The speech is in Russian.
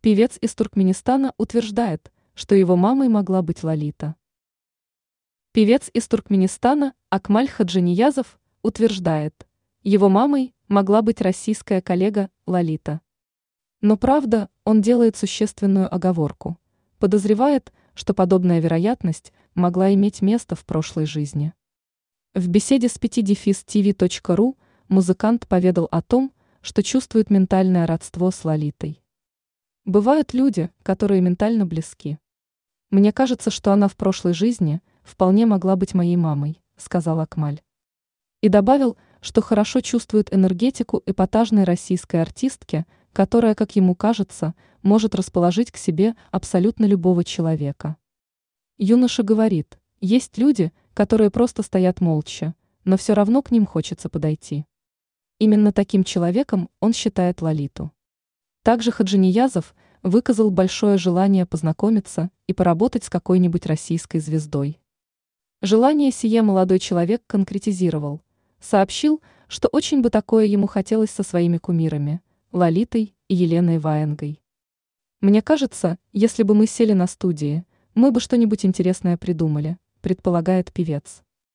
Певец из Туркменистана утверждает, что его мамой могла быть Лолита. Певец из Туркменистана Акмаль Хаджиниязов утверждает, его мамой могла быть российская коллега Лолита. Но правда, он делает существенную оговорку. Подозревает, что подобная вероятность могла иметь место в прошлой жизни. В беседе с 5-tv.ru музыкант поведал о том, что чувствует ментальное родство с Лолитой. Бывают люди, которые ментально близки. Мне кажется, что она в прошлой жизни вполне могла быть моей мамой, сказал Акмаль. И добавил, что хорошо чувствует энергетику эпатажной российской артистки, которая, как ему кажется, может расположить к себе абсолютно любого человека. Юноша говорит, есть люди, которые просто стоят молча, но все равно к ним хочется подойти. Именно таким человеком он считает Лолиту. Также Хаджиниязов выказал большое желание познакомиться и поработать с какой-нибудь российской звездой. Желание сие молодой человек конкретизировал. Сообщил, что очень бы такое ему хотелось со своими кумирами – Лолитой и Еленой Ваенгой. «Мне кажется, если бы мы сели на студии, мы бы что-нибудь интересное придумали», предполагает певец.